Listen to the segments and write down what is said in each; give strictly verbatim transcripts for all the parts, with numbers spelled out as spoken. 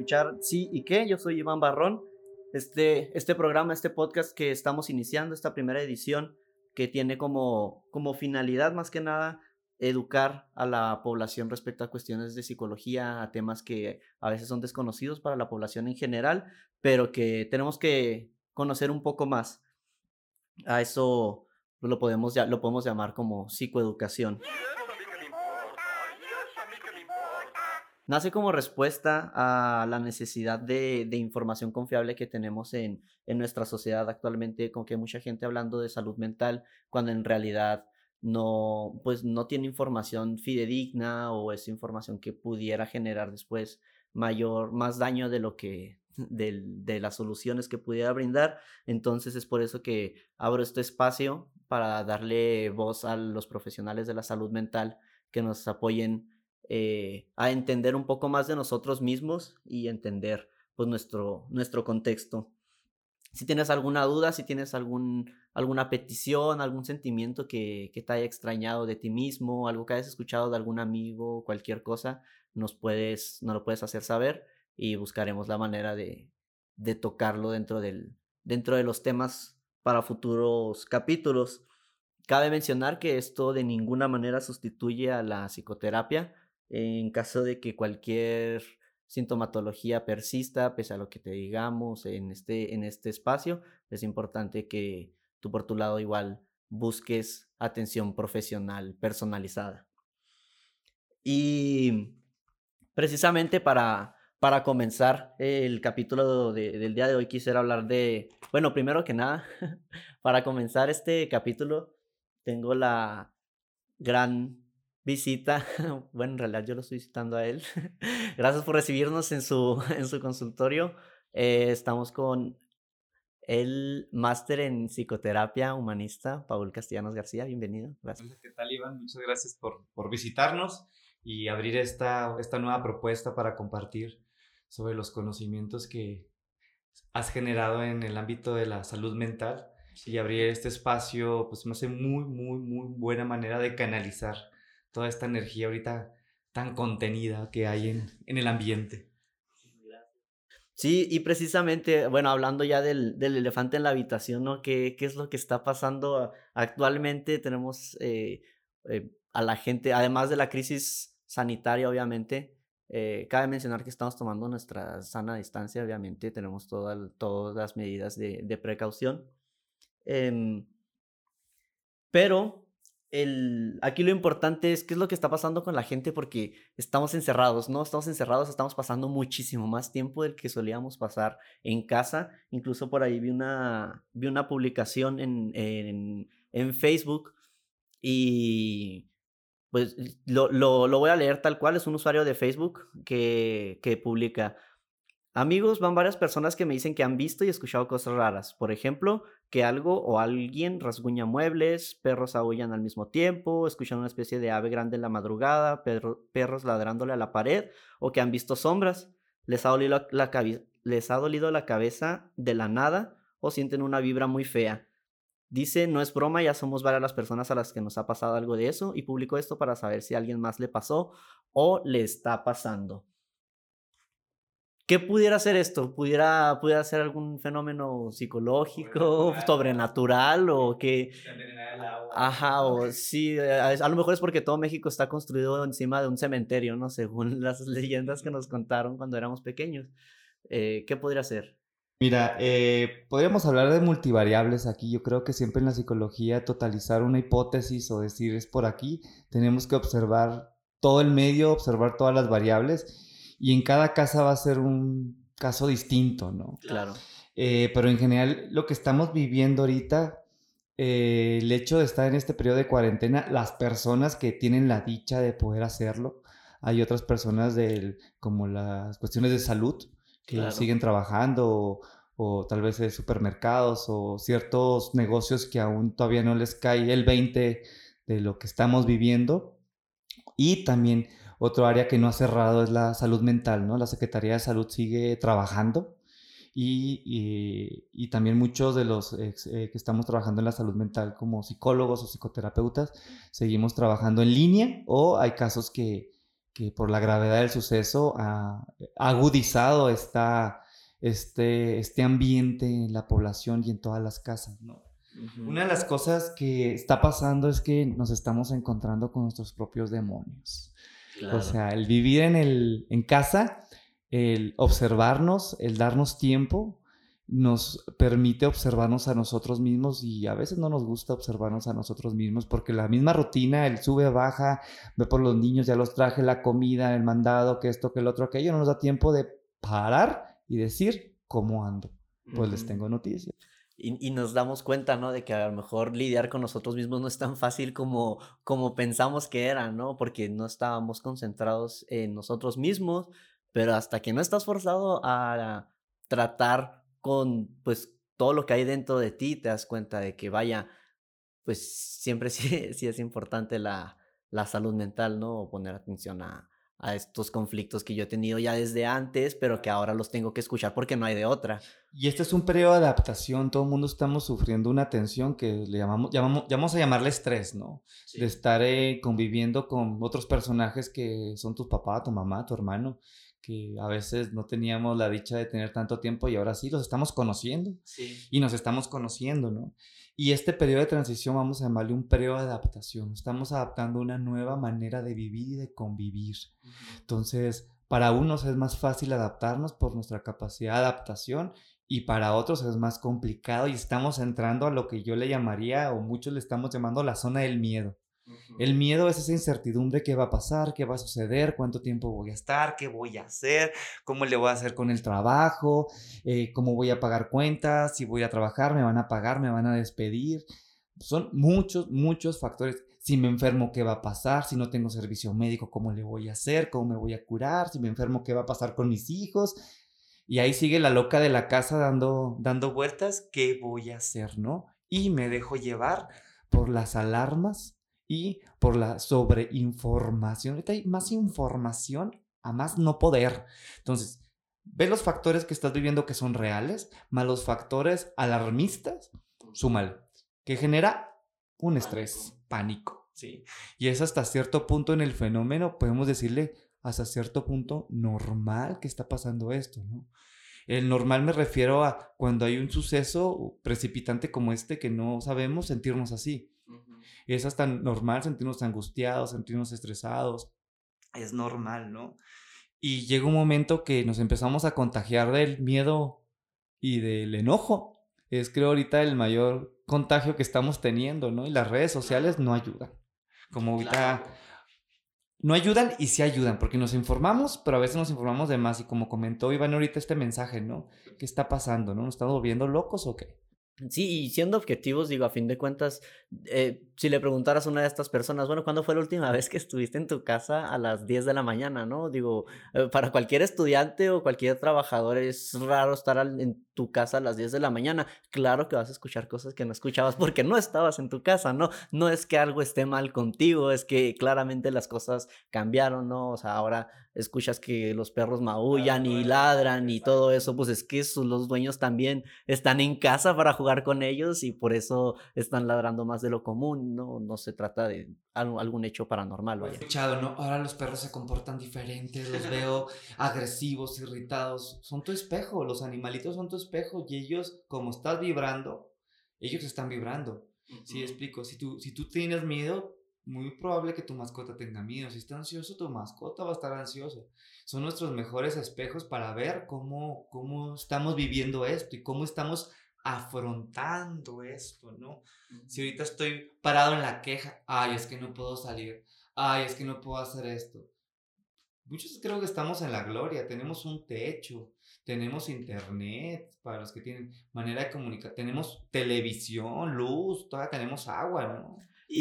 escuchar Sí y qué. Yo soy Iván Barrón. Este, este programa, este podcast que estamos iniciando, esta primera edición, que tiene como, como finalidad más que nada educar a la población respecto a cuestiones de psicología, a temas que a veces son desconocidos para la población en general, pero que tenemos que conocer un poco más. A eso lo podemos, ya, lo podemos llamar como psicoeducación. Nace como respuesta a la necesidad de, de información confiable que tenemos en, en nuestra sociedad actualmente, con que hay mucha gente hablando de salud mental, cuando en realidad no, pues no tiene información fidedigna, o es información que pudiera generar después mayor, más daño de lo que, de, de las soluciones que pudiera brindar. Entonces es por eso que abro este espacio para darle voz a los profesionales de la salud mental que nos apoyen eh, a entender un poco más de nosotros mismos y entender pues nuestro, nuestro contexto. Si tienes alguna duda, si tienes algún, alguna petición, algún sentimiento que, que te haya extrañado de ti mismo, algo que hayas escuchado de algún amigo, cualquier cosa, nos, puedes, nos lo puedes hacer saber y buscaremos la manera de, de tocarlo dentro, del, dentro de los temas para futuros capítulos. Cabe mencionar que esto de ninguna manera sustituye a la psicoterapia. En caso de que cualquier sintomatología persista, pese a lo que te digamos en este, en este espacio, es importante que tú por tu lado igual busques atención profesional personalizada. Y precisamente para, para comenzar el capítulo de, del día de hoy quisiera hablar de, bueno, primero que nada, para comenzar este capítulo tengo la gran visita. Bueno, en realidad yo lo estoy visitando a él. Gracias por recibirnos en su, en su consultorio. Eh, estamos con el máster en psicoterapia humanista, Paul Castellanos García. Bienvenido. Gracias. Hola, ¿qué tal, Iván? Muchas gracias por, por visitarnos y abrir esta, esta nueva propuesta para compartir sobre los conocimientos que has generado en el ámbito de la salud mental, y abrir este espacio, pues me hace muy, muy, muy buena manera de canalizar toda esta energía ahorita tan contenida que hay en, en el ambiente. Sí, y precisamente, bueno, hablando ya del, del elefante en la habitación, ¿no? ¿Qué, qué es lo que está pasando actualmente? Tenemos eh, eh, a la gente, además de la crisis sanitaria, obviamente, eh, cabe mencionar que estamos tomando nuestra sana distancia, obviamente, tenemos toda, todas las medidas de, de precaución. Eh, pero el, aquí lo importante es qué es lo que está pasando con la gente, porque estamos encerrados, ¿no? Estamos encerrados, estamos pasando muchísimo más tiempo del que solíamos pasar en casa. Incluso por ahí vi una, vi una publicación en, en, en Facebook y pues lo, lo, lo voy a leer tal cual. Es un usuario de Facebook que, que publica: amigos, van varias personas que me dicen que han visto y escuchado cosas raras. Por ejemplo, que algo o alguien rasguña muebles, perros aullan al mismo tiempo, escuchan una especie de ave grande en la madrugada, perro- perros ladrándole a la pared, o que han visto sombras. Les ha dolido la, cabe- les ha dolido la cabeza de la nada, o sienten una vibra muy fea. Dice, no es broma, ya somos varias las personas a las que nos ha pasado algo de eso, y publicó esto para saber si a alguien más le pasó o le está pasando. ¿Qué pudiera ser esto? ¿Pudiera, pudiera ser algún fenómeno psicológico, sobrenatural, sobrenatural o que... Se envenena el agua. Ajá, o sí, a, a lo mejor es porque todo México está construido encima de un cementerio, ¿no? Según las leyendas que nos contaron cuando éramos pequeños. Eh, ¿qué podría ser? Mira, eh, podríamos hablar de multivariables aquí. Yo creo que siempre en la psicología totalizar una hipótesis o decir es por aquí, tenemos que observar todo el medio, observar todas las variables, y en cada casa va a ser un caso distinto, ¿no? Claro. Eh, pero en general lo que estamos viviendo ahorita, eh, el hecho de estar en este periodo de cuarentena, las personas que tienen la dicha de poder hacerlo, hay otras personas del, como las cuestiones de salud, que Claro. siguen trabajando, o, o tal vez de supermercados o ciertos negocios que aún todavía no les cae el veinte de lo que estamos viviendo. Y también otro área que no ha cerrado es la salud mental, ¿no? La Secretaría de Salud sigue trabajando, y, y, y también muchos de los eh, que estamos trabajando en la salud mental como psicólogos o psicoterapeutas seguimos trabajando en línea, o hay casos que, que por la gravedad del suceso ha, ha agudizado esta, este, este ambiente en la población y en todas las casas, ¿no? Uh-huh. Una de las cosas que está pasando es que nos estamos encontrando con nuestros propios demonios. Claro. O sea, el vivir en, el, en casa, el observarnos, el darnos tiempo, nos permite observarnos a nosotros mismos, y a veces no nos gusta observarnos a nosotros mismos porque la misma rutina, el sube, baja, ve por los niños, ya los traje, la comida, el mandado, que esto, que el otro, aquello, no nos da tiempo de parar y decir cómo ando. Pues uh-huh. Les tengo noticias. Y, y nos damos cuenta, ¿no? De que a lo mejor lidiar con nosotros mismos no es tan fácil como, como pensamos que era, ¿no? Porque no estábamos concentrados en nosotros mismos, pero hasta que no estás forzado a tratar con, pues, todo lo que hay dentro de ti, te das cuenta de que, vaya, pues, siempre sí, sí es importante la, la salud mental, ¿no? O poner atención a, a estos conflictos que yo he tenido ya desde antes, pero que ahora los tengo que escuchar porque no hay de otra. Y este es un periodo de adaptación, todo el mundo estamos sufriendo una tensión que le llamamos, llamamos, llamamos a llamarle estrés, ¿no? Sí. De estar eh, conviviendo con otros personajes que son tu papá, tu mamá, tu hermano, que a veces no teníamos la dicha de tener tanto tiempo y ahora sí los estamos conociendo. Sí. Y nos estamos conociendo, ¿no? Y este periodo de transición vamos a llamarle un periodo de adaptación. Estamos adaptando una nueva manera de vivir y de convivir. Uh-huh. Entonces, para unos es más fácil adaptarnos por nuestra capacidad de adaptación, y para otros es más complicado, y estamos entrando a lo que yo le llamaría, o muchos le estamos llamando, la zona del miedo. Uh-huh. El miedo es esa incertidumbre: qué va a pasar, qué va a suceder, cuánto tiempo voy a estar, qué voy a hacer, cómo le voy a hacer con el trabajo, eh, cómo voy a pagar cuentas, si voy a trabajar, me van a pagar, me van a despedir. Son muchos, muchos factores. Si me enfermo, ¿qué va a pasar? Si no tengo servicio médico, ¿cómo le voy a hacer? ¿Cómo me voy a curar? Si me enfermo, ¿qué va a pasar con mis hijos? Y ahí sigue la loca de la casa dando, dando vueltas. ¿Qué voy a hacer, no? Y me dejo llevar por las alarmas y por la sobreinformación. Ahorita hay más información a más no poder. Entonces, ve los factores que estás viviendo que son reales, más los factores alarmistas, súmale, que genera un estrés, pánico, ¿sí? Y es hasta cierto punto en el fenómeno, podemos decirle, hasta cierto punto normal que está pasando esto, ¿no? El normal me refiero a cuando hay un suceso precipitante como este que no sabemos sentirnos así. Uh-huh. Es hasta normal sentirnos angustiados, sentirnos estresados. Es normal, ¿no? Y llega un momento que nos empezamos a contagiar del miedo y del enojo. Es, creo, ahorita el mayor contagio que estamos teniendo, ¿no? Y las redes sociales no ayudan. Como ahorita... Claro. No ayudan y sí ayudan, porque nos informamos, pero a veces nos informamos de más. Y como comentó Iván ahorita este mensaje, ¿no? ¿Qué está pasando, no? ¿Nos estamos volviendo locos o qué? Sí, y siendo objetivos, digo, a fin de cuentas, eh, si le preguntaras a una de estas personas, bueno, ¿cuándo fue la última vez que estuviste en tu casa a las diez de la mañana, no? Digo, eh, para cualquier estudiante o cualquier trabajador es raro estar al, en tu casa a las diez de la mañana. Claro que vas a escuchar cosas que no escuchabas porque no estabas en tu casa, ¿no? No es que algo esté mal contigo, es que claramente las cosas cambiaron, ¿no? O sea, ahora escuchas que los perros maullan y ladran y todo eso, pues es que eso, los dueños también están en casa para jugar con ellos y por eso están ladrando más de lo común, ¿no? No se trata de algo, algún hecho paranormal, vaya. He escuchado, ¿no? Ahora los perros se comportan diferentes, los veo agresivos, irritados. Son tu espejo, los animalitos son tu espejo y ellos, como estás vibrando, ellos están vibrando. Uh-huh. ¿Sí explico? Si tú, si tú tienes miedo, muy probable que tu mascota tenga miedo. Si está ansioso, tu mascota va a estar ansiosa. Son nuestros mejores espejos para ver cómo, cómo estamos viviendo esto y cómo estamos afrontando esto, ¿no? Uh-huh. Si ahorita estoy parado en la queja, ay, es que no puedo salir, ay, es que no puedo hacer esto. Muchos creo que estamos en la gloria, tenemos un techo, tenemos internet, para los que tienen manera de comunicar, tenemos televisión, luz, todavía tenemos agua, ¿no?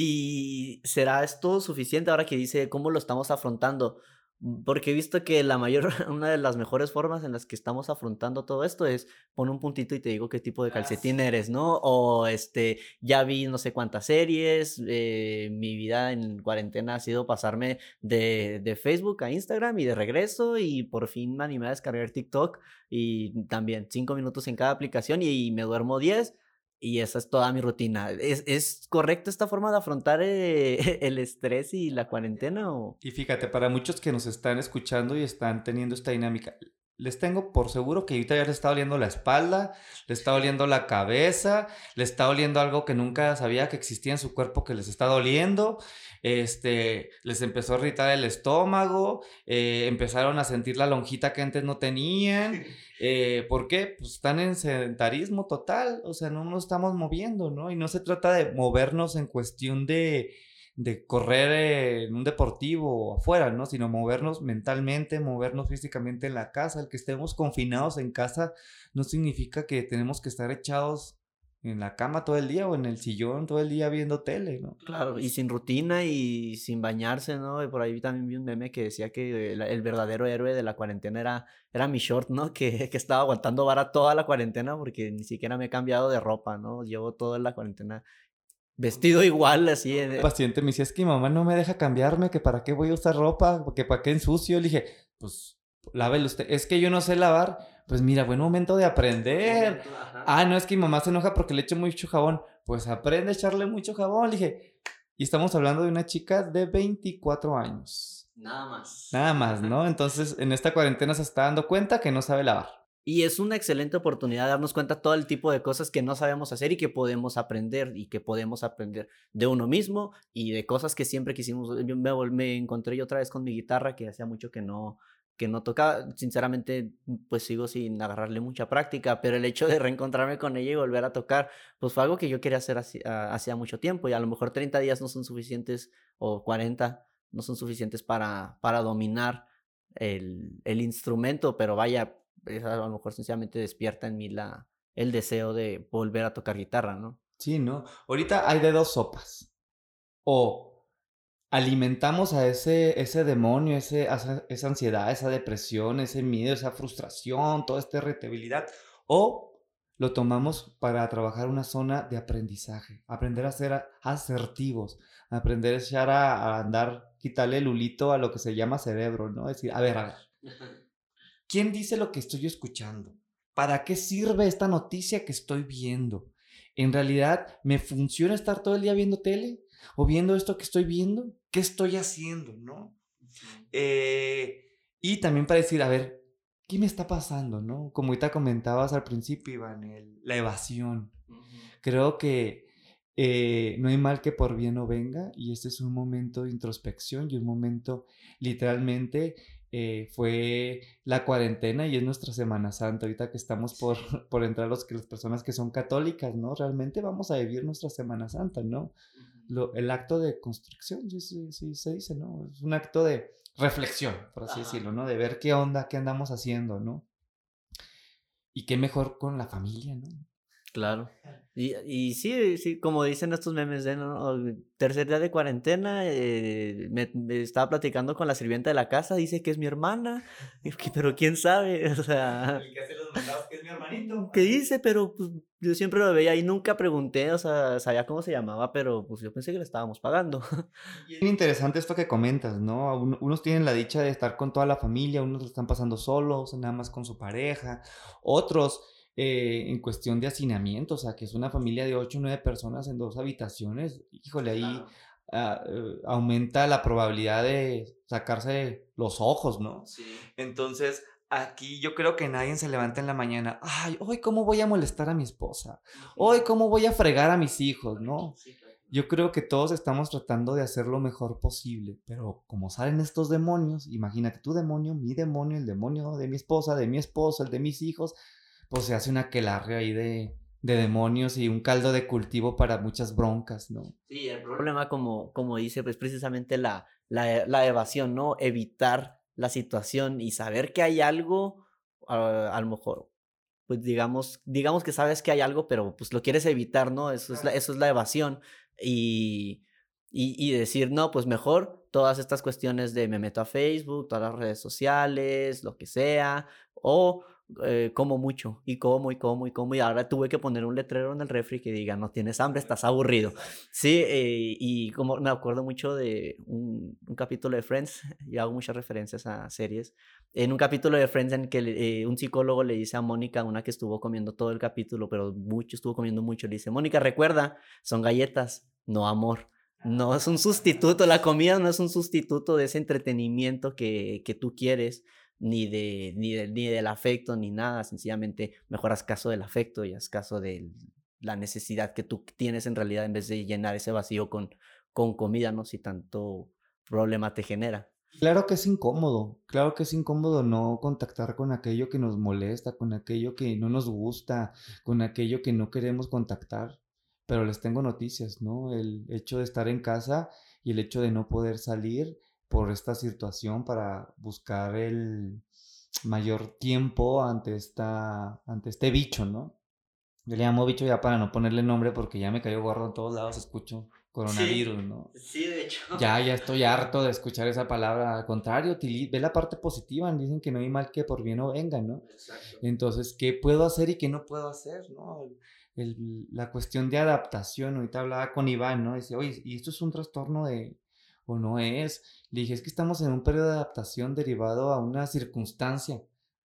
¿Y será esto suficiente ahora que dice cómo lo estamos afrontando? Porque he visto que la mayor, una de las mejores formas en las que estamos afrontando todo esto es pon un puntito y te digo qué tipo de calcetín eres, ¿no? O este, ya vi no sé cuántas series, eh, mi vida en cuarentena ha sido pasarme de, de Facebook a Instagram y de regreso y por fin me animé a descargar TikTok y también cinco minutos en cada aplicación y, y me duermo diez. y esa es toda mi rutina. ¿Es es correcta esta forma de afrontar, eh, el estrés y la cuarentena o? Y fíjate, para muchos que nos están escuchando y están teniendo esta dinámica, les tengo por seguro que ahorita ya les está doliendo la espalda, les está doliendo la cabeza, les está doliendo algo que nunca sabía que existía en su cuerpo que les está doliendo, este, les empezó a irritar el estómago, eh, empezaron a sentir la lonjita que antes no tenían. Eh, ¿por qué? Pues están en sedentarismo total, o sea, no nos estamos moviendo, ¿no? Y no se trata de movernos en cuestión de de correr eh, en un deportivo o afuera, ¿no? Sino movernos mentalmente, movernos físicamente en la casa. El que estemos confinados en casa no significa que tenemos que estar echados en la cama todo el día o en el sillón todo el día viendo tele, ¿no? Claro, y sin rutina y sin bañarse, ¿no? Y por ahí también vi un meme que decía que el el verdadero héroe de la cuarentena era era mi short, ¿no? Que que estaba aguantando vara toda la cuarentena porque ni siquiera me he cambiado de ropa, ¿no? Llevo toda la cuarentena vestido igual, así, El eh, paciente me decía, es que mi mamá no me deja cambiarme, que para qué voy a usar ropa, que para qué ensucio. Le dije, pues lávelo usted. Es que yo no sé lavar. Pues mira, buen momento de aprender. Ah, no, es que mi mamá se enoja porque le echo mucho jabón. Pues aprende a echarle mucho jabón. Le dije, y estamos hablando de una chica de veinticuatro años. nada más. Nada más, ¿no? Entonces, en esta cuarentena se está dando cuenta que no sabe lavar. Y es una excelente oportunidad de darnos cuenta todo el tipo de cosas que no sabemos hacer y que podemos aprender, y que podemos aprender de uno mismo y de cosas que siempre quisimos. Yo me vol me encontré yo otra vez con mi guitarra, que hacía mucho que no que no tocaba. Sinceramente, pues, sigo sin agarrarle mucha práctica, pero el hecho de reencontrarme con ella y volver a tocar, pues, fue algo que yo quería hacer hace ah, hacía mucho tiempo, y a lo mejor treinta días no son suficientes, o cuarenta no son suficientes para para dominar el el instrumento, pero vaya, es a lo mejor sencillamente despierta en mí la el deseo de volver a tocar guitarra, ¿no? Sí, ¿no? Ahorita hay de dos sopas. O alimentamos a ese, ese demonio, ese, a esa, esa ansiedad, esa depresión, ese miedo, esa frustración, toda esta irritabilidad. O lo tomamos para trabajar una zona de aprendizaje, aprender a ser a- asertivos, aprender a echar a, a andar, quitarle el hulito a lo que se llama cerebro, ¿no? Es decir, a ver, a ver, ¿quién dice lo que estoy escuchando? ¿Para qué sirve esta noticia que estoy viendo? ¿En realidad me funciona estar todo el día viendo tele? ¿O viendo esto que estoy viendo? ¿Qué estoy haciendo? ¿No? Eh, y también para decir, a ver, ¿qué me está pasando? ¿No? Como ahorita comentabas al principio, Iván, el- la evasión. Creo que eh, no hay mal que por bien no venga y este es un momento de introspección y un momento literalmente eh, fue la cuarentena y es nuestra Semana Santa. Ahorita que estamos por, por entrar los, que las personas que son católicas, ¿no? Realmente vamos a vivir nuestra Semana Santa, ¿no? Lo, el acto de construcción, sí, sí, sí, se dice, ¿no? Es un acto de reflexión, por así Ajá. decirlo, ¿no? De ver qué onda, qué andamos haciendo, ¿no? Y qué mejor con la familia, ¿no? Claro. Y y sí, sí, como dicen estos memes de, ¿no? Tercer día de cuarentena, eh, me me estaba platicando con la sirvienta de la casa, dice que es mi hermana, y que pero quién sabe, o sea, El que hace los mandados, que es mi hermanito. ¿qué dice? Pero, pues, yo siempre lo veía y nunca pregunté, o sea, sabía cómo se llamaba, pero, pues, yo pensé que le estábamos pagando. Y es bien interesante esto que comentas, ¿no? Un- Unos tienen la dicha de estar con toda la familia, unos lo están pasando solos, nada más con su pareja, otros eh, en cuestión de hacinamiento, o sea, que es una familia de ocho o nueve personas en dos habitaciones, híjole, ahí Claro. ah, eh, aumenta la probabilidad de sacarse los ojos, ¿no? Sí. Entonces, aquí yo creo que nadie se levanta en la mañana, ay, hoy cómo voy a molestar a mi esposa, hoy cómo voy a fregar a mis hijos, ¿no? Sí, claro. Yo creo que todos estamos tratando de hacer lo mejor posible, pero como salen estos demonios, imagínate tu demonio, mi demonio, el demonio de mi esposa, de mi esposo, el de mis hijos, pues se hace una aquelarre ahí de, de demonios y un caldo de cultivo para muchas broncas, ¿no? Sí, el problema, como como dice, pues, precisamente la la e la evasión, ¿no? Evitar la situación y saber que hay algo, ah, a lo mejor, pues, digamos digamos que sabes que hay algo, pero, pues, lo quieres evitar, ¿no? Eso es la eso es la evasión. Y y y decir: "No, pues, mejor todas estas cuestiones de me meto a Facebook, todas las redes sociales, lo que sea", o eh, como mucho, y como, y como, y como, y ahora tuve que poner un letrero en el refri que diga: "No tienes hambre, estás aburrido". Sí, eh, y como me acuerdo mucho de un un capítulo de Friends, y hago muchas referencias a series. En un capítulo de Friends en que le eh, un psicólogo le dice a Mónica, una que estuvo comiendo todo el capítulo, pero mucho, estuvo comiendo mucho, le dice: "Mónica, recuerda, son galletas, no amor". No es un sustituto, la comida no es un sustituto de ese entretenimiento que que tú quieres, ni de ni del ni del afecto, ni nada, sencillamente mejor haz caso del afecto y haz caso de la necesidad que tú tienes en realidad en vez de llenar ese vacío con con comida, ¿no? Si tanto problema te genera. Claro que es incómodo, claro que es incómodo no contactar con aquello que nos molesta, con aquello que no nos gusta, con aquello que no queremos contactar, pero les tengo noticias, ¿no? El hecho de estar en casa y el hecho de no poder salir por esta situación para buscar el mayor tiempo ante esta, ante este bicho, ¿no? Yo le llamo bicho ya para no ponerle nombre porque ya me cayó gordo en todos lados, escucho Sí, coronavirus, ¿no? sí, de hecho. Ya, ya estoy harto de escuchar esa palabra. Al contrario, utili- ve la parte positiva. Dicen que no hay mal que por bien no venga, ¿no? Exacto. Entonces, ¿qué puedo hacer y qué no puedo hacer, ¿no? El- el- la cuestión de adaptación. Ahorita hablaba con Iván, ¿no? Dice, oye, ¿y esto es un trastorno de, o no es? Le dije, es que estamos en un periodo de adaptación derivado a una circunstancia.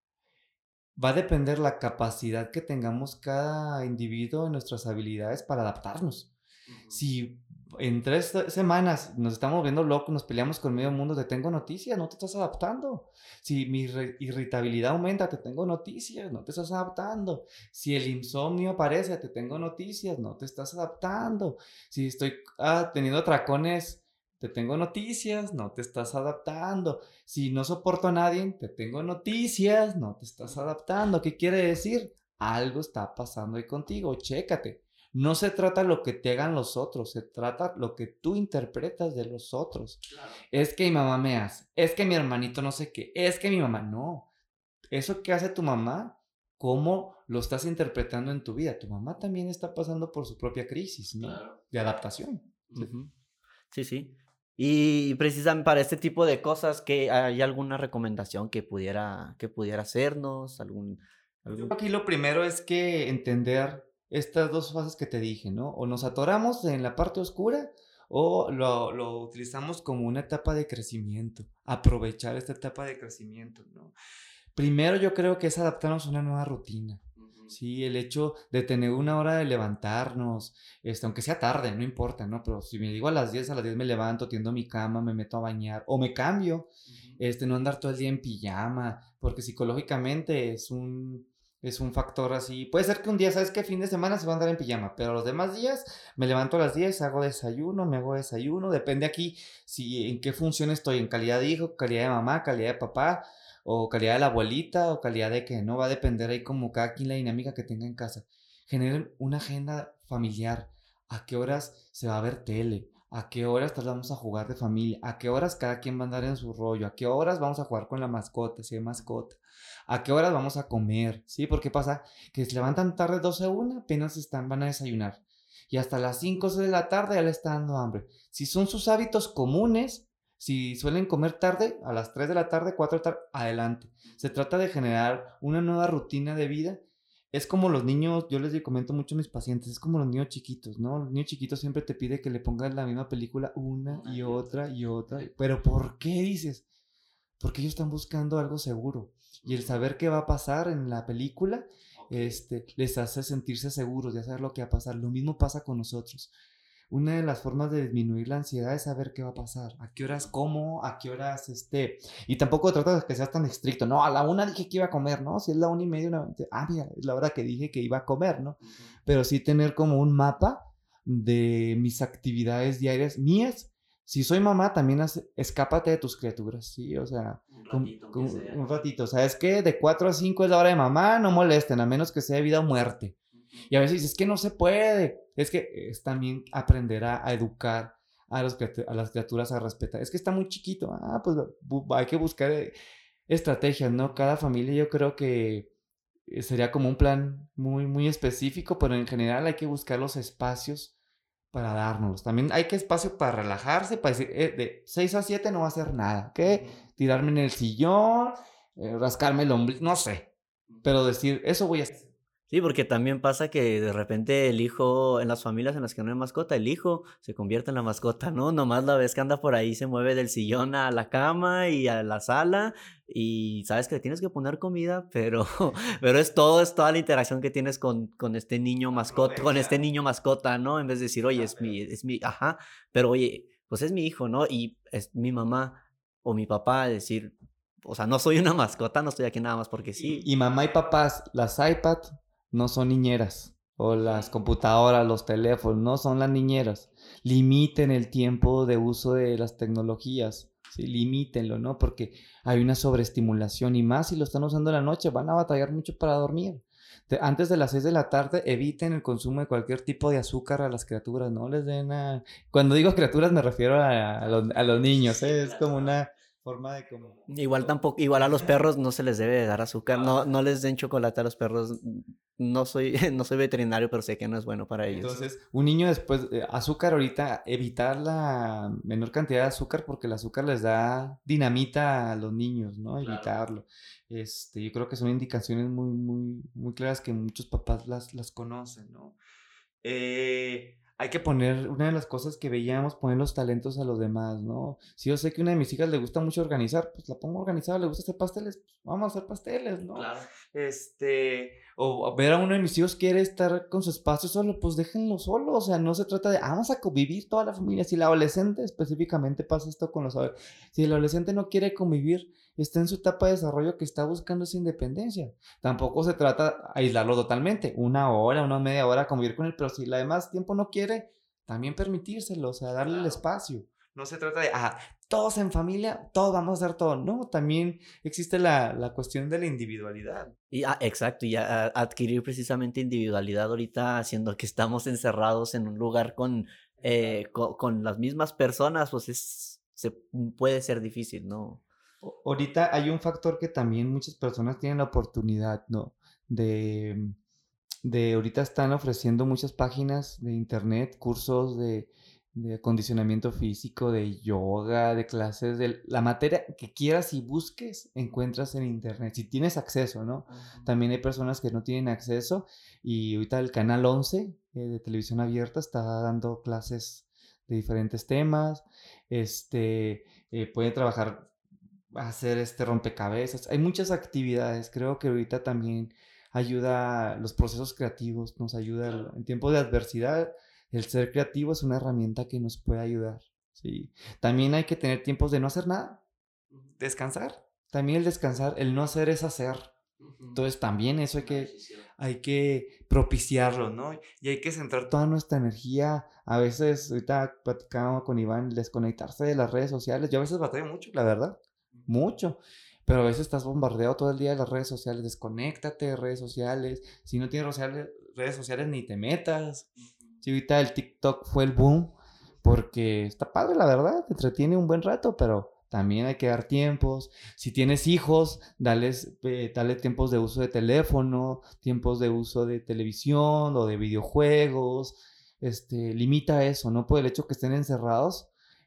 Va a depender la capacidad que tengamos cada individuo en nuestras habilidades para adaptarnos. Ujú. Si en tres se- semanas nos estamos viendo locos, nos peleamos con medio mundo, te tengo noticias, no te estás adaptando. Si mi irri- irritabilidad aumenta, te tengo noticias, no te estás adaptando. Si el insomnio aparece, te tengo noticias, no te estás adaptando. Si estoy ah, teniendo atracones, te tengo noticias, no te estás adaptando. Si no soporto a nadie, te tengo noticias, no te estás adaptando. ¿Qué quiere decir? Algo está pasando ahí contigo, chécate. No se trata lo que te hagan los otros, se trata lo que tú interpretas de los otros. Claro. Es que mi mamá me hace, es que mi hermanito no sé qué, es que mi mamá no. Eso que hace tu mamá, ¿cómo lo estás interpretando en tu vida? Tu mamá también está pasando por su propia crisis, ¿no? Claro. De adaptación. Sí. Ujú. Sí, sí. Y precisamente para este tipo de cosas, ¿que hay alguna recomendación que pudiera que pudiera hacernos? ¿Algún Yo algún? aquí lo primero es que entender estas dos fases que te dije, ¿no? O nos atoramos en la parte oscura o lo, lo utilizamos como una etapa de crecimiento, aprovechar esta etapa de crecimiento, ¿no? Primero yo creo que es adaptarnos a una nueva rutina. Ujú, Sí, el hecho de tener una hora de levantarnos, este, aunque sea tarde, no importa, ¿no? Pero si me digo a las diez, a las diez me levanto, tiendo mi cama, me meto a bañar o me cambio, ujú. este, no andar todo el día en pijama, porque psicológicamente es un, es un factor así. Puede ser que un día, ¿sabes qué? Fin de semana se va a andar en pijama, pero los demás días me levanto a las diez, hago desayuno, me hago desayuno, depende aquí si en qué función estoy, en calidad de hijo, calidad de mamá, calidad de papá, o calidad de la abuelita, o calidad de que no va a depender ahí como cada quien la dinámica que tenga en casa. Generen una agenda familiar. ¿A qué horas se va a ver tele? ¿A qué horas tal vamos a jugar de familia? ¿A qué horas cada quien va a andar en su rollo? ¿A qué horas vamos a jugar con la mascota, si hay mascota? ¿A qué horas vamos a comer? ¿Sí? Porque pasa que se levantan tarde doce una, apenas están, van a desayunar. Y hasta las cinco o seis de la tarde ya le está dando hambre. Si son sus hábitos comunes, si suelen comer tarde, a las tres de la tarde, cuatro de la tarde, adelante. Se trata de generar una nueva rutina de vida. Es como los niños, yo les comento mucho a mis pacientes, es como los niños chiquitos, ¿no? Los niños chiquitos siempre te pide que le pongas la misma película una Una y y otra. otra y otra. Pero ¿por qué dices? Porque ellos están buscando algo seguro. Y el Ujú. saber qué va a pasar en la película, Okey. este, les hace sentirse seguros de saber lo que va a pasar. Lo mismo pasa con nosotros. Una de las formas de disminuir la ansiedad es saber qué va a pasar, a qué horas como, a qué horas este. Y tampoco trata de que seas tan estricto, no, a la una dije que iba a comer, ¿no? Si es la una y media, una, ah, mira, es la hora que dije que iba a comer, ¿no? Ujú. Pero sí tener como un mapa de mis actividades diarias mías. Si soy mamá, también hace- escápate de tus criaturas, ¿sí? O sea, Un con- ratito, aunque con- sea. un ratito, ¿sabes qué? De cuatro a cinco es la hora de mamá, no molesten, a menos que sea de vida o muerte. Ujú. Y a veces dices, es que no se puede. Es que es también aprender a, a educar a, los, criatu- a las criaturas a respetar. Es que está muy chiquito. Ah, pues bu- hay que buscar eh, estrategias, ¿no? Cada familia yo creo que eh, sería como un plan muy, muy específico, pero en general hay que buscar los espacios para dárnoslos. También hay que espacio para relajarse, para decir, eh, de seis a siete no va a hacer nada, ¿ok? Ujú. Tirarme en el sillón, eh, rascarme el ombligo, no sé. pero decir, eso voy a hacer. Sí, porque también pasa que de repente el hijo, en las familias en las que no hay mascota, el hijo se convierte en la mascota, ¿no? Nomás la ves que anda por ahí, se mueve del sillón a la cama y a la sala y sabes que le tienes que poner comida, pero, pero es todo, es toda la interacción que tienes con, con este niño mascota, con este Aprovecha niño mascota, ¿no? En vez de decir, oye, la es mi, pelota. es mi, ajá, pero oye, pues es mi hijo, ¿no? Y es mi mamá o mi papá, decir, o sea, no soy una mascota, no estoy aquí nada más porque sí. Y, y mamá y papás, las iPad no son niñeras. O las computadoras, los teléfonos, no son las niñeras. Limiten el tiempo de uso de las tecnologías. Sí, limítenlo, ¿no? Porque hay una sobreestimulación y más si lo están usando en la noche, van a batallar mucho para dormir. De- antes de las seis de la tarde, eviten el consumo de cualquier tipo de azúcar a las criaturas, no les den a... Cuando digo criaturas me refiero a, a los, a los niños, ¿eh? Es como una forma de como... Igual tampoco, igual a los perros no se les debe de dar azúcar, no, no les den chocolate a los perros. No soy, no soy veterinario, pero sé que no es bueno para ellos. Entonces, un niño después, eh, azúcar ahorita, evitar la menor cantidad de azúcar porque el azúcar les da dinamita a los niños, ¿no? Claro. Evitarlo. Este, yo creo que son indicaciones muy, muy, muy claras que muchos papás las, las conocen, ¿no? Eh, hay que poner, una de las cosas que veíamos, poner los talentos a los demás, ¿no? Si yo sé que a una de mis hijas le gusta mucho organizar, pues la pongo organizada, le gusta hacer pasteles, pues vamos a hacer pasteles, ¿no? Claro. Este, o ver a uno de mis hijos quiere estar con su espacio solo, pues déjenlo solo, o sea, no se trata de, ah, vamos a convivir toda la familia, si el adolescente específicamente pasa esto con los adolescentes, si el adolescente no quiere convivir, está en su etapa de desarrollo que está buscando esa independencia, tampoco se trata de aislarlo totalmente, una hora, una media hora convivir con él, pero si la demás tiempo no quiere, también permitírselo, o sea, darle el Claro. espacio. No se trata de, ah, todos en familia, todos vamos a hacer todo. No, también existe la, la cuestión de la individualidad. Y, ah, exacto, y a- a- adquirir precisamente individualidad ahorita, haciendo que estamos encerrados en un lugar con, eh, co- con, las mismas personas, pues es, se puede ser difícil, ¿no? O- Ahorita hay un factor que también muchas personas tienen la oportunidad, ¿no? De, de ahorita están ofreciendo muchas páginas de internet, cursos de, de acondicionamiento físico, de yoga, de clases, de la materia que quieras y busques, encuentras en internet, si tienes acceso, ¿no? También hay personas que no tienen acceso y ahorita el canal once eh, de televisión abierta está dando clases de diferentes temas, este, eh, pueden trabajar, hacer este rompecabezas, hay muchas actividades, creo que ahorita también ayuda los procesos creativos, nos ayuda el- Claro. en tiempos de adversidad, el ser creativo es una herramienta que nos puede ayudar, ¿sí? También hay que tener tiempos de no hacer nada, descansar, también el descansar, el no hacer es hacer, entonces también eso hay que, hay que propiciarlo, ¿no? Y hay que centrar toda nuestra energía. A veces, ahorita platicaba con Iván, desconectarse de las redes sociales. Yo a veces batallo mucho, la verdad, mucho. Pero a veces estás bombardeado todo el día de las redes sociales. Desconéctate de redes sociales. Si no tienes sociales- redes sociales, ni te metas. Sí, ahorita el TikTok fue el boom porque está padre, la verdad, te entretiene un buen rato, pero también hay que dar tiempos. Si tienes hijos, dales, eh, dale tiempos de uso de teléfono, tiempos de uso de televisión o de videojuegos. Este, limita eso, ¿no? Por el hecho que estén encerrados.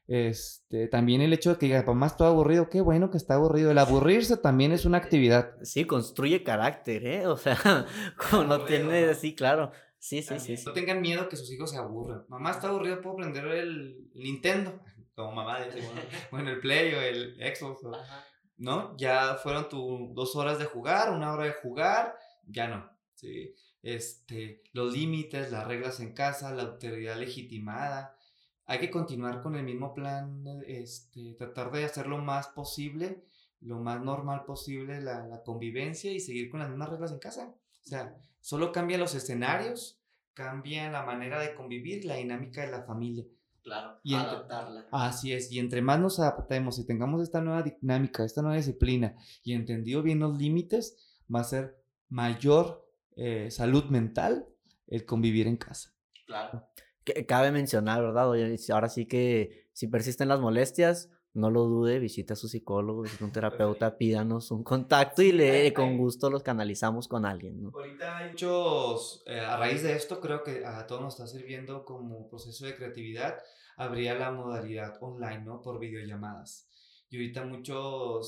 Este, también el hecho de que diga, mamá, estoy aburrido, qué bueno que está aburrido. El aburrirse también es una actividad. Sí, construye carácter, ¿eh? O sea, como no Aburrido, tiene ¿no? así, claro. Sí, sí, sí, También. sí. No tengan miedo que sus hijos se aburran. Mamá está aburrido, puedo prender el Nintendo. Como mamá dice, bueno, bueno, el Play o el Xbox. o- ¿No? Ya fueron tus dos horas de jugar, una hora de jugar, ya no. ¿Sí? Este, los límites, las reglas en casa, la autoridad legitimada. Hay que continuar con el mismo plan, este, tratar de hacer lo más posible, lo más normal posible la, la convivencia y seguir con las mismas reglas en casa. O sea, solo cambian los escenarios, cambia la manera de convivir, la dinámica de la familia. Claro, Y entre- adaptarla. Así es, y entre más nos adaptemos y tengamos esta nueva dinámica, esta nueva disciplina y entendido bien los límites, va a ser mayor eh, salud mental el convivir en casa. Claro. Que- Cabe mencionar, ¿verdad? Oye, si- ahora sí que si persisten las molestias, no lo dude, visite a su psicólogo, visite a un terapeuta, pídanos un contacto y Sí, le hay- con hay- gusto los canalizamos con alguien, ¿no? Ahorita hay muchos, eh, a raíz de esto creo que a todos nos está sirviendo como proceso de creatividad, habría la modalidad online, ¿no? Por videollamadas. Y ahorita muchos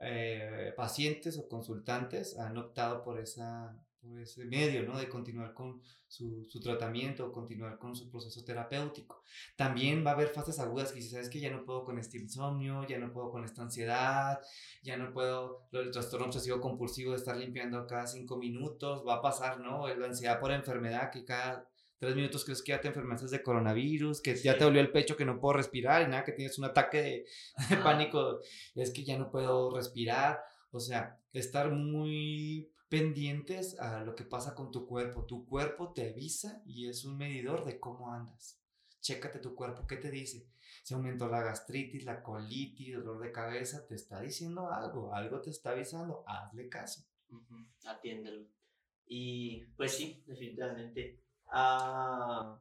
eh, pacientes o consultantes han optado por, esa, por ese medio, ¿no? De continuar con su, su tratamiento o continuar con su proceso terapéutico. También va a haber fases agudas que dices, ¿sabes qué? Ya no puedo con este insomnio, ya no puedo con esta ansiedad, ya no puedo, el trastorno obsesivo compulsivo de estar limpiando cada cinco minutos, va a pasar, ¿no? La ansiedad por enfermedad, que cada tres minutos crees que ya te enfermaste de coronavirus, que sí. Ya te dolió el pecho, que no puedo respirar y nada, que tienes un ataque de, de pánico, es que ya no puedo respirar. O sea, estar muy pendientes a lo que pasa con tu cuerpo. Tu cuerpo te avisa y es un medidor de cómo andas. Chécate tu cuerpo, ¿qué te dice? Si aumentó la gastritis, la colitis, dolor de cabeza, te está diciendo algo, algo te está avisando, hazle caso. Uh-huh. Atiéndelo. Y pues sí, definitivamente. Uh,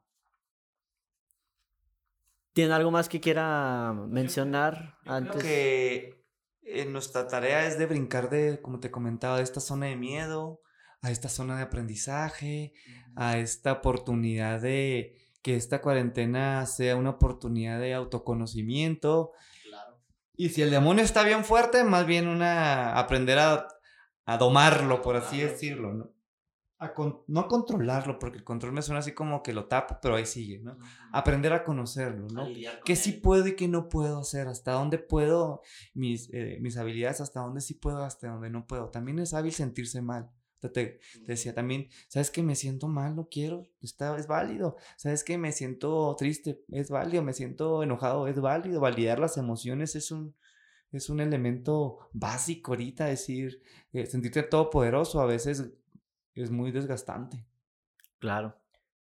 ¿Tiene algo más que quiera mencionar yo, yo antes? Creo que eh, nuestra tarea es de brincar de, como te comentaba, de esta zona de miedo a esta zona de aprendizaje, uh-huh. a esta oportunidad de que esta cuarentena sea una oportunidad de autoconocimiento. Claro. Y si el demonio está bien fuerte, más bien una aprender a, a domarlo, por así claro. decirlo, ¿no? A con, no controlarlo, porque el control me suena así como que lo tapo, pero ahí sigue, ¿no? Uh-huh. Aprender a conocerlo, ¿no? ¿Qué sí puedo y qué no puedo hacer? ¿Hasta dónde puedo? Mis, eh, mis habilidades, ¿hasta dónde sí puedo? ¿Hasta dónde no puedo? También es hábil sentirse mal. Te, te decía también, ¿sabes qué? Me siento mal, no quiero, está, es válido. ¿Sabes qué? Me siento triste, es válido. Me siento enojado, es válido. Validar las emociones es un, es un elemento básico ahorita, decir, eh, sentirte todopoderoso a veces es muy desgastante. Claro.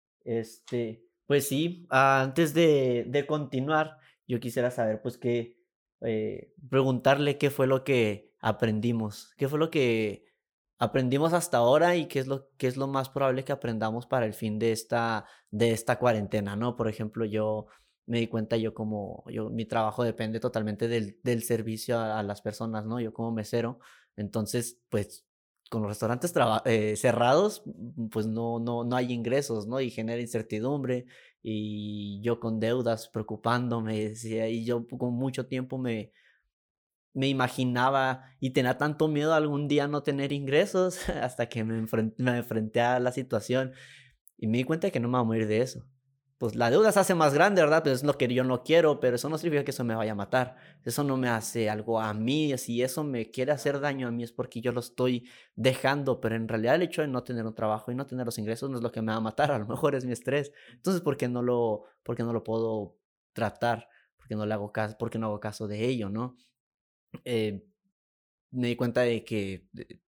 Este, pues sí, antes de, de continuar, yo quisiera saber, pues, qué, eh, preguntarle qué fue lo que aprendimos, qué fue lo que aprendimos hasta ahora y qué es lo, qué es lo más probable que aprendamos para el fin de esta, de esta cuarentena, ¿no? Por ejemplo, yo me di cuenta, yo como, yo, mi trabajo depende totalmente del, del servicio a, a las personas, ¿no? Yo como mesero, entonces, pues, con los restaurantes traba- eh, cerrados, pues no, no, no hay ingresos, ¿no? Y genera incertidumbre, y yo con deudas preocupándome, decía, y yo con mucho tiempo me, me imaginaba y tenía tanto miedo algún día no tener ingresos hasta que me enfrenté, me enfrenté a la situación y me di cuenta de que no me voy a morir de eso. Pues la deuda se hace más grande, ¿verdad? Pues es lo que yo no quiero, pero eso no significa que eso me vaya a matar. Eso no me hace algo a mí. Si eso me quiere hacer daño a mí es porque yo lo estoy dejando, pero en realidad el hecho de no tener un trabajo y no tener los ingresos no es lo que me va a matar, a lo mejor es mi estrés. Entonces, ¿por qué no lo, por qué no lo puedo tratar? ¿Por qué no le hago caso? ¿Por qué no hago caso de ello, no? Eh, me di cuenta de que, de,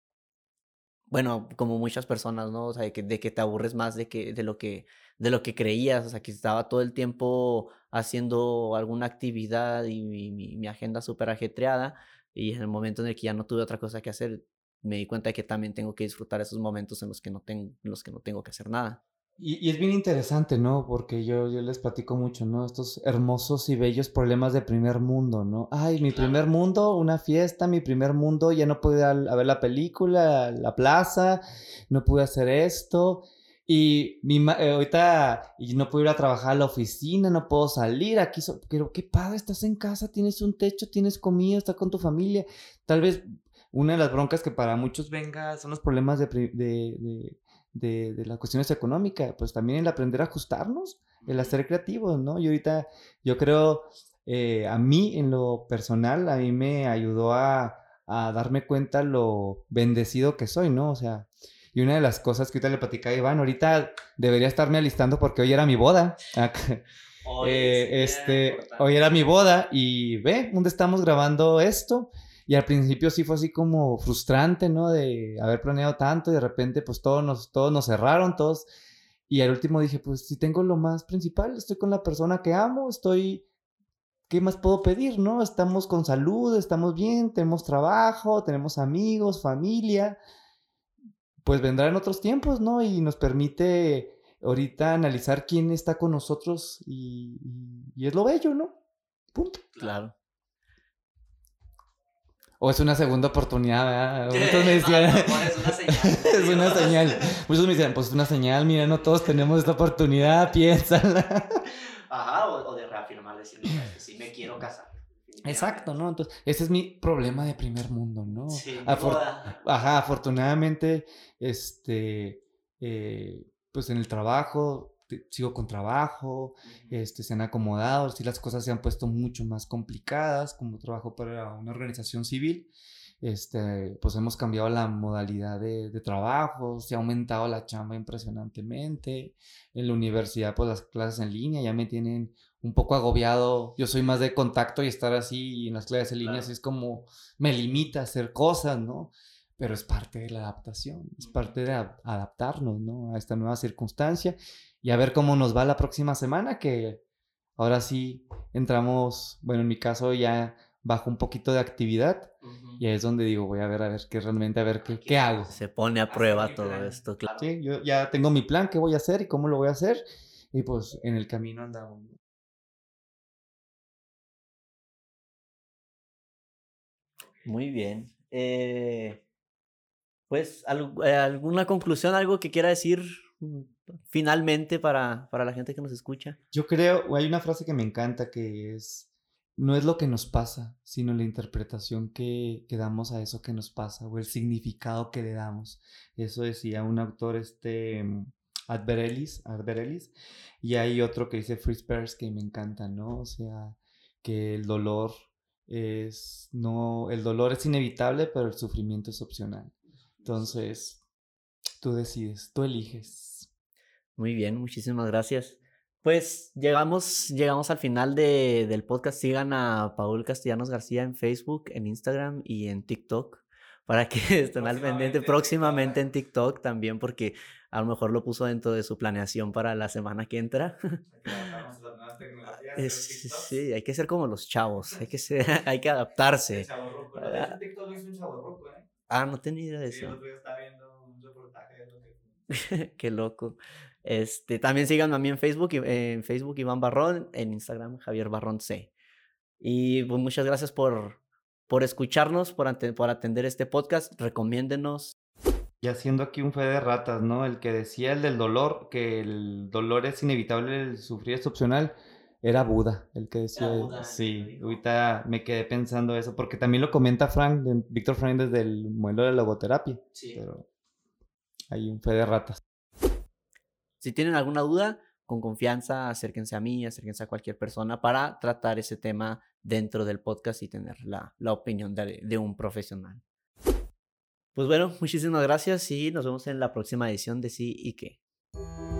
bueno, como muchas personas, ¿no? O sea, de que, de que te aburres más de, que, de, lo que, de lo que creías, o sea, que estaba todo el tiempo haciendo alguna actividad y mi, mi, mi agenda súper ajetreada, y en el momento en el que ya no tuve otra cosa que hacer, me di cuenta de que también tengo que disfrutar esos momentos en los que no, ten, en los que no tengo que hacer nada. Y, y es bien interesante, ¿no? Porque yo, yo les platico mucho, ¿no? Estos hermosos y bellos problemas de primer mundo, ¿no? Ay, mi claro. primer mundo, una fiesta, mi primer mundo, ya no pude ir a, a ver la película, a la plaza, no pude hacer esto. Y mi, eh, ahorita y no puedo ir a trabajar a la oficina, no puedo salir, aquí, so, pero qué padre, estás en casa, tienes un techo, tienes comida, estás con tu familia. Tal vez una de las broncas que para muchos venga son los problemas de... de, de De, de las cuestiones económicas, pues también el aprender a ajustarnos, el hacer creativos, ¿no? Y ahorita yo creo, eh, a mí en lo personal, a mí me ayudó a, a darme cuenta lo bendecido que soy, ¿no? O sea, y una de las cosas que ahorita le platicaba a Iván, ahorita debería estarme alistando porque hoy era mi boda. Hoy, eh, sí, este, hoy era mi boda y ve, ¿dónde estamos grabando esto? Y al principio sí fue así como frustrante, ¿no? De haber planeado tanto y de repente pues todos nos, todos nos cerraron, todos. Y al último dije, pues si tengo lo más principal, estoy con la persona que amo, estoy... ¿Qué más puedo pedir, no? Estamos con salud, estamos bien, tenemos trabajo, tenemos amigos, familia. Pues vendrán otros tiempos, ¿no? Y nos permite ahorita analizar quién está con nosotros y, y, y es lo bello, ¿no? Punto. Claro. O es una segunda oportunidad, ¿verdad? Muchos me decían... No, no, es una señal. Es una señal. Muchos me decían, pues es una señal, mira, no todos tenemos esta oportunidad, piénsala. Ajá, o, o de reafirmar, decir, no, sí me quiero casar. Exacto, ¿no? Entonces, ese es mi problema de primer mundo, ¿no? Sí, Afor- moda. Ajá, afortunadamente, este, eh, pues en el trabajo, te- sigo con trabajo, este, se han acomodado, sí las cosas se han puesto mucho más complicadas, como trabajo para una organización civil, este, pues hemos cambiado la modalidad de, de trabajo, se ha aumentado la chamba impresionantemente, en la universidad, pues las clases en línea ya me tienen un poco agobiado. Yo soy más de contacto y estar así y en las clases en línea Claro. así es como me limita a hacer cosas, ¿no? Pero es parte de la adaptación, es parte de a- adaptarnos, ¿no? A esta nueva circunstancia y a ver cómo nos va la próxima semana, que ahora sí entramos, bueno, en mi caso ya bajo un poquito de actividad Ujú. y ahí es donde digo, voy a ver, a ver qué realmente, a ver qué, qué hago. Se pone a Hacer prueba mi todo plan. esto, claro. Sí, yo ya tengo mi plan, qué voy a hacer y cómo lo voy a hacer y pues en el camino andamos. Muy bien. Eh, pues, ¿al- eh, ¿alguna conclusión, algo que quiera decir mm, finalmente para, para la gente que nos escucha? Yo creo, hay una frase que me encanta que es, no es lo que nos pasa, sino la interpretación que, que damos a eso que nos pasa o el significado que le damos. Eso decía un autor, este, mm, Albert Ellis, Albert Ellis, y hay otro que dice Fritz Perls que me encanta, ¿no? O sea, que el dolor es, no, el dolor es inevitable, pero el sufrimiento es opcional. Entonces, tú decides, tú eliges. Muy bien, muchísimas gracias. Pues llegamos, llegamos al final de, del podcast. Sigan a Paul Castellanos García en Facebook, en Instagram y en TikTok para que estén al pendiente Próximamente en próximamente TikTok. en TikTok también porque a lo mejor lo puso dentro de su planeación para la semana que entra. Que adaptamos a las nuevas tecnologías y los Es- TikToks. sí, hay que ser como los chavos, hay que ser, hay que El adaptarse. chavorruco. No, de hecho, un TikTok lo hizo un chavorruco, ¿eh? Ah, no tenía idea de Sí, el eso. otro día estaba viendo un reportaje de lo que... Qué loco. Este, también síganme a mí en Facebook, y- en Facebook Iván Barrón, en Instagram Javier Barrón C. Y pues muchas gracias por, por escucharnos, por, ante- por atender este podcast. Recomiéndenos. Y haciendo aquí un fe de ratas, ¿no? El que decía el del dolor, que el dolor es inevitable, el sufrir es opcional, era Buda, el que decía, Era Buda el que lo sí, dijo. ahorita me quedé pensando eso, porque también lo comenta Frank, de- Víctor Frank desde el modelo de logoterapia, Sí. pero hay un fe de ratas. Si tienen alguna duda, con confianza, acérquense a mí, acérquense a cualquier persona para tratar ese tema dentro del podcast y tener la, la opinión de, de un profesional. Pues bueno, muchísimas gracias y nos vemos en la próxima edición de Sí y Qué.